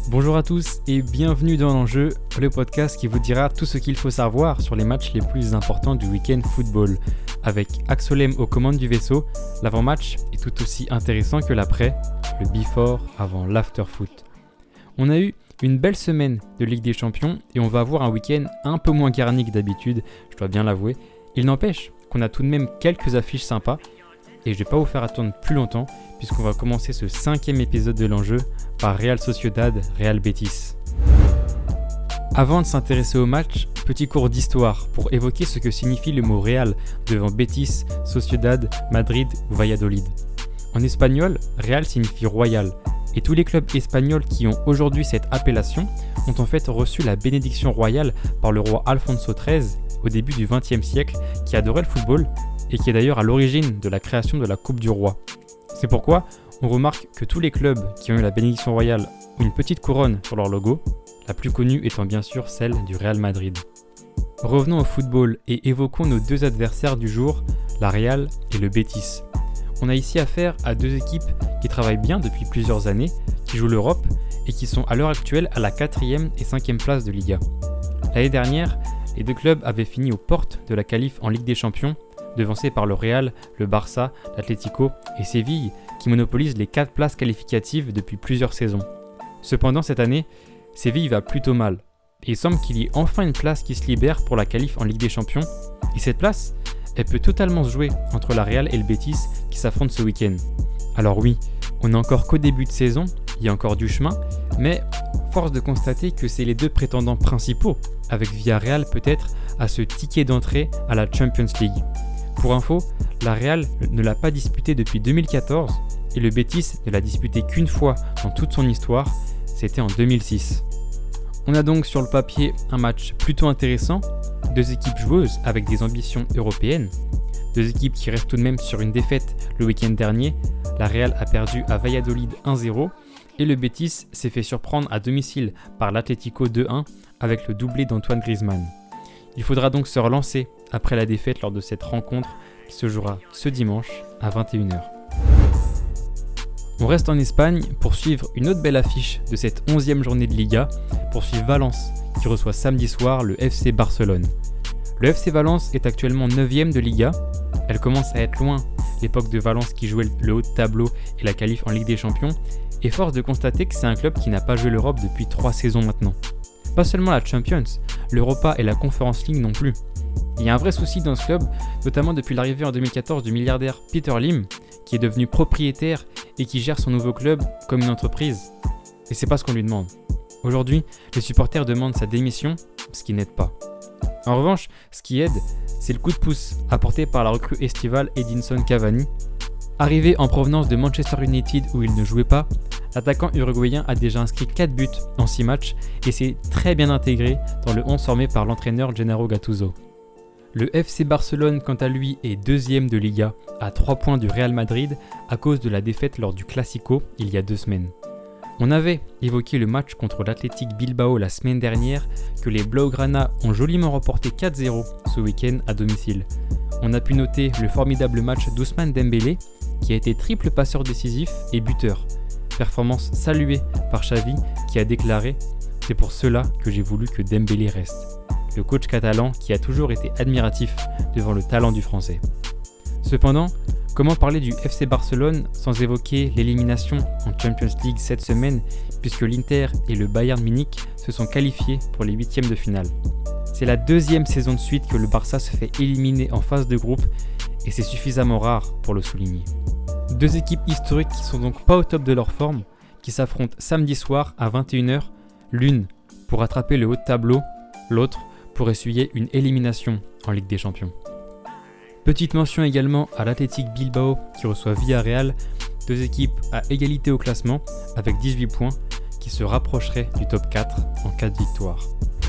Bonjour à tous et bienvenue dans l'enjeu, le podcast qui vous dira tout ce qu'il faut savoir sur les matchs les plus importants du week-end football. Avec Axolem aux commandes du vaisseau, l'avant-match est tout aussi intéressant que l'après, le before avant l'after-foot. On a eu une belle semaine de Ligue des Champions et on va avoir un week-end un peu moins garni que d'habitude, je dois bien l'avouer. Il n'empêche qu'on a tout de même quelques affiches sympas et je ne vais pas vous faire attendre plus longtemps puisqu'on va commencer ce 5e épisode de l'enjeu par Real Sociedad, Real Betis. Avant de s'intéresser au match, petit cours d'histoire pour évoquer ce que signifie le mot Real devant Betis, Sociedad, Madrid ou Valladolid. En espagnol, Real signifie royal et tous les clubs espagnols qui ont aujourd'hui cette appellation ont en fait reçu la bénédiction royale par le roi Alfonso XIII au début du XXe siècle qui adorait le football et qui est d'ailleurs à l'origine de la création de la Coupe du Roi. C'est pourquoi on remarque que tous les clubs qui ont eu la bénédiction royale ont une petite couronne sur leur logo, la plus connue étant bien sûr celle du Real Madrid. Revenons au football et évoquons nos deux adversaires du jour, la Real et le Betis. On a ici affaire à deux équipes qui travaillent bien depuis plusieurs années, qui jouent l'Europe et qui sont à l'heure actuelle à la 4e et 5e place de Liga. L'année dernière, les deux clubs avaient fini aux portes de la qualif en Ligue des Champions, devancés par le Real, le Barça, l'Atlético et Séville, qui monopolisent les 4 places qualificatives depuis plusieurs saisons. Cependant, cette année, Séville va plutôt mal. Et il semble qu'il y ait enfin une place qui se libère pour la qualif en Ligue des Champions. Et cette place, elle peut totalement se jouer entre la Real et le Betis qui s'affrontent ce week-end. Alors oui, on n'est encore qu'au début de saison, il y a encore du chemin, mais force de constater que c'est les deux prétendants principaux, avec Villarreal peut-être à ce ticket d'entrée à la Champions League. Pour info, la Real ne l'a pas disputé depuis 2014 et le Betis ne l'a disputé qu'une fois dans toute son histoire, c'était en 2006. On a donc sur le papier un match plutôt intéressant, deux équipes joueuses avec des ambitions européennes, deux équipes qui restent tout de même sur une défaite le week-end dernier. La Real a perdu à Valladolid 1-0 et le Betis s'est fait surprendre à domicile par l'Atlético 2-1 avec le doublé d'Antoine Griezmann. Il faudra donc se relancer après la défaite lors de cette rencontre qui se jouera ce dimanche à 21h. On reste en Espagne pour suivre une autre belle affiche de cette 11e journée de Liga, pour suivre Valence qui reçoit samedi soir le FC Barcelone. Le FC Valence est actuellement 9e de Liga, elle commence à être loin l'époque de Valence qui jouait le haut de tableau et la qualif en Ligue des Champions, et force de constater que c'est un club qui n'a pas joué l'Europe depuis 3 saisons maintenant. Pas seulement la Champions, l'Europa et la Conference League non plus. Il y a un vrai souci dans ce club, notamment depuis l'arrivée en 2014 du milliardaire Peter Lim, qui est devenu propriétaire et qui gère son nouveau club comme une entreprise. Et c'est pas ce qu'on lui demande. Aujourd'hui, les supporters demandent sa démission, ce qui n'aide pas. En revanche, ce qui aide, c'est le coup de pouce apporté par la recrue estivale Edinson Cavani. Arrivé en provenance de Manchester United où il ne jouait pas, l'attaquant uruguayen a déjà inscrit 4 buts en 6 matchs et s'est très bien intégré dans le 11 formé par l'entraîneur Gennaro Gattuso. Le FC Barcelone, quant à lui, est 2e de Liga, à 3 points du Real Madrid à cause de la défaite lors du Classico il y a 2 semaines. On avait évoqué le match contre l'Athletic Bilbao la semaine dernière que les Blaugrana ont joliment remporté 4-0 ce week-end à domicile. On a pu noter le formidable match d'Ousmane Dembélé qui a été triple passeur décisif et buteur. Performance saluée par Xavi qui a déclaré « C'est pour cela que j'ai voulu que Dembélé reste ». Le coach catalan qui a toujours été admiratif devant le talent du français. Cependant, comment parler du FC Barcelone sans évoquer l'élimination en Champions League cette semaine puisque l'Inter et le Bayern Munich se sont qualifiés pour les 8e de finale. C'est la 2e saison de suite que le Barça se fait éliminer en phase de groupe et c'est suffisamment rare pour le souligner. Deux équipes historiques qui sont donc pas au top de leur forme, qui s'affrontent samedi soir à 21h, l'une pour attraper le haut de tableau, l'autre pour essuyer une élimination en Ligue des Champions. Petite mention également à l'Athletic Bilbao qui reçoit Villarreal, deux équipes à égalité au classement avec 18 points qui se rapprocheraient du top 4 en cas de victoire.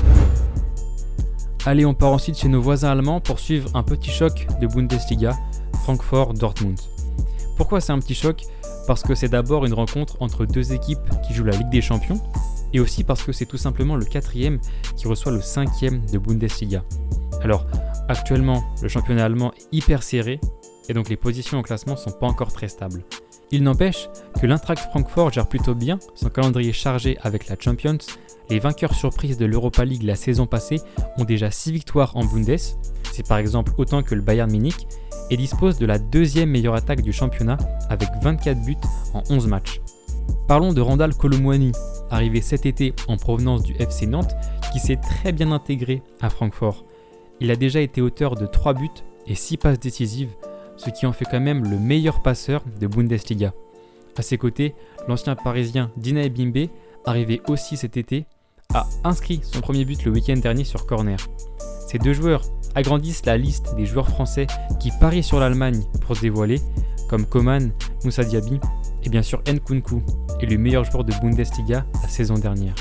Allez, on part ensuite chez nos voisins allemands pour suivre un petit choc de Bundesliga, Francfort-Dortmund. Pourquoi c'est un petit choc ? Parce que c'est d'abord une rencontre entre deux équipes qui jouent la Ligue des Champions, et aussi parce que c'est tout simplement le 4e qui reçoit le 5e de Bundesliga. Alors, actuellement, le championnat allemand est hyper serré, et donc les positions au classement sont pas encore très stables. Il n'empêche que l'Eintracht Francfort gère plutôt bien son calendrier chargé avec la Champions. Les vainqueurs surprises de l'Europa League la saison passée ont déjà 6 victoires en Bundes, c'est par exemple autant que le Bayern Munich, et dispose de la deuxième meilleure attaque du championnat avec 24 buts en 11 matchs. Parlons de Randal Kolo Muani, arrivé cet été en provenance du FC Nantes, qui s'est très bien intégré à Francfort. Il a déjà été auteur de 3 buts et 6 passes décisives, ce qui en fait quand même le meilleur passeur de Bundesliga. A ses côtés, l'ancien parisien Dina Ebimbe, arrivé aussi cet été, a inscrit son premier but le week-end dernier sur corner. Ces deux joueurs agrandissent la liste des joueurs français qui parient sur l'Allemagne pour se dévoiler, comme Coman, Moussa Diaby et bien sûr Nkunku, élu meilleur joueur de Bundesliga la saison dernière.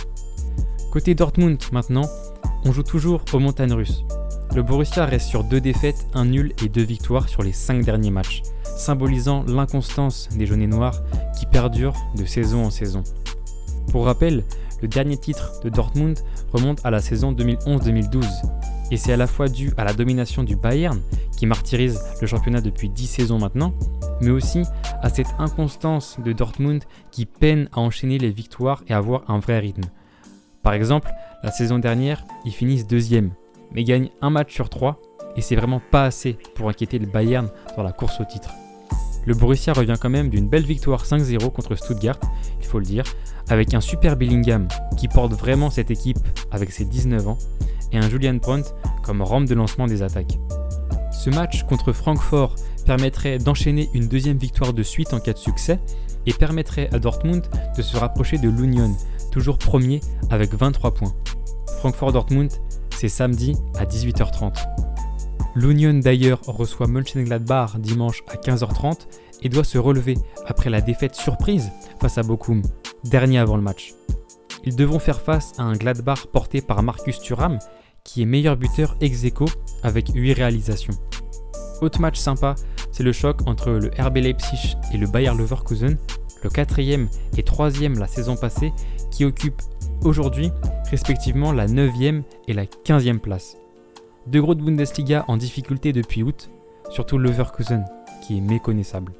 Côté Dortmund maintenant, on joue toujours aux montagnes russes. Le Borussia reste sur 2 défaites, 1 nul et 2 victoires sur les 5 derniers matchs, symbolisant l'inconstance des jaunes et noirs qui perdurent de saison en saison. Pour rappel, le dernier titre de Dortmund remonte à la saison 2011-2012, et c'est à la fois dû à la domination du Bayern, qui martyrise le championnat depuis 10 saisons maintenant, mais aussi à cette inconstance de Dortmund qui peine à enchaîner les victoires et à avoir un vrai rythme. Par exemple, la saison dernière, ils finissent 2e, mais gagnent 1 match sur 3, et c'est vraiment pas assez pour inquiéter le Bayern dans la course au titre. Le Borussia revient quand même d'une belle victoire 5-0 contre Stuttgart, il faut le dire, avec un super Bellingham qui porte vraiment cette équipe avec ses 19 ans, et un Julian Brandt comme rampe de lancement des attaques. Ce match contre Francfort permettrait d'enchaîner une 2e victoire de suite en cas de succès, et permettrait à Dortmund de se rapprocher de l'Union, toujours premier avec 23 points. Francfort-Dortmund, c'est samedi à 18h30. L'Union d'ailleurs reçoit Mönchengladbach dimanche à 15h30 et doit se relever après la défaite surprise face à Bochum, dernier avant le match. Ils devront faire face à un Gladbach porté par Marcus Thuram, qui est meilleur buteur ex-aequo avec 8 réalisations. Autre match sympa, c'est le choc entre le RB Leipzig et le Bayer Leverkusen, le 4e et 3e la saison passée, qui occupent aujourd'hui respectivement la 9e et la 15e place. 2 gros de Bundesliga en difficulté depuis août, surtout Leverkusen, qui est méconnaissable.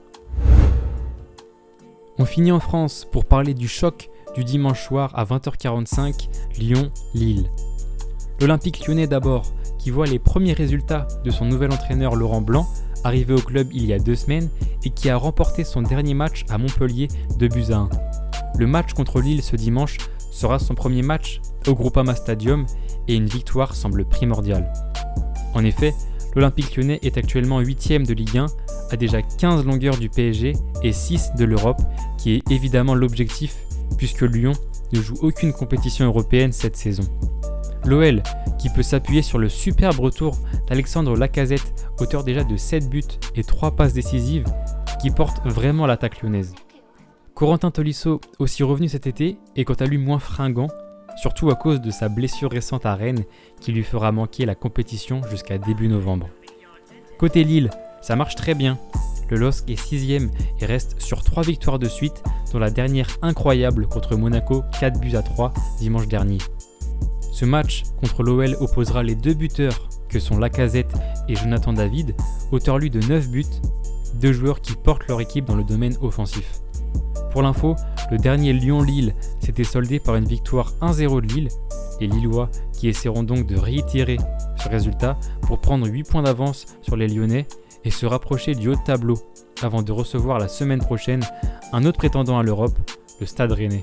On finit en France pour parler du choc du dimanche soir à 20h45, Lyon-Lille. L'Olympique lyonnais d'abord, qui voit les premiers résultats de son nouvel entraîneur Laurent Blanc, arrivé au club il y a 2 semaines et qui a remporté son dernier match à Montpellier 2-1. Le match contre Lille ce dimanche sera son premier match au Groupama Stadium et une victoire semble primordiale. En effet, l'Olympique lyonnais est actuellement 8e de Ligue 1, a déjà 15 longueurs du PSG et 6 de l'Europe, qui est évidemment l'objectif puisque Lyon ne joue aucune compétition européenne cette saison. L'OL, qui peut s'appuyer sur le superbe retour d'Alexandre Lacazette, auteur déjà de 7 buts et 3 passes décisives, qui porte vraiment l'attaque lyonnaise. Corentin Tolisso, aussi revenu cet été, est quant à lui moins fringant, surtout à cause de sa blessure récente à Rennes qui lui fera manquer la compétition jusqu'à début novembre. Côté Lille, ça marche très bien. Le LOSC est 6e et reste sur 3 victoires de suite, dont la dernière incroyable contre Monaco 4-3 dimanche dernier. Ce match contre l'OL opposera les 2 buteurs que sont Lacazette et Jonathan David, auteurs lui de 9 buts, 2 joueurs qui portent leur équipe dans le domaine offensif. Pour l'info, le dernier Lyon-Lille s'était soldé par une victoire 1-0 de Lille, les Lillois qui essaieront donc de réitérer ce résultat pour prendre 8 points d'avance sur les Lyonnais et se rapprocher du haut de tableau avant de recevoir la semaine prochaine un autre prétendant à l'Europe, le Stade Rennais.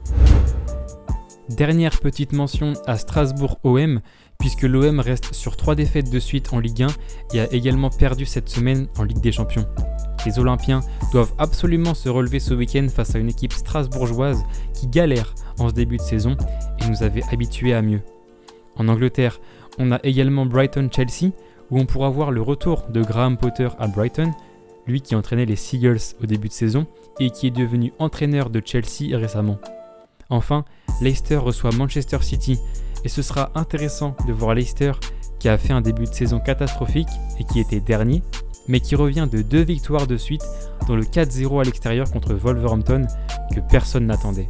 Dernière petite mention à Strasbourg OM, puisque l'OM reste sur 3 défaites de suite en Ligue 1 et a également perdu cette semaine en Ligue des Champions. Les Olympiens doivent absolument se relever ce week-end face à une équipe strasbourgeoise qui galère en ce début de saison et nous avait habitués à mieux. En Angleterre, on a également Brighton-Chelsea, où on pourra voir le retour de Graham Potter à Brighton, lui qui entraînait les Seagulls au début de saison et qui est devenu entraîneur de Chelsea récemment. Enfin, Leicester reçoit Manchester City et ce sera intéressant de voir Leicester qui a fait un début de saison catastrophique et qui était dernier, mais qui revient de 2 victoires de suite, dont le 4-0 à l'extérieur contre Wolverhampton que personne n'attendait.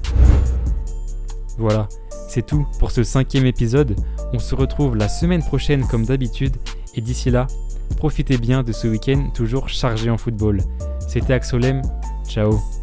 Voilà, c'est tout pour ce 5e épisode. On se retrouve la semaine prochaine comme d'habitude et d'ici là, profitez bien de ce week-end toujours chargé en football. C'était Axolem, Ciao.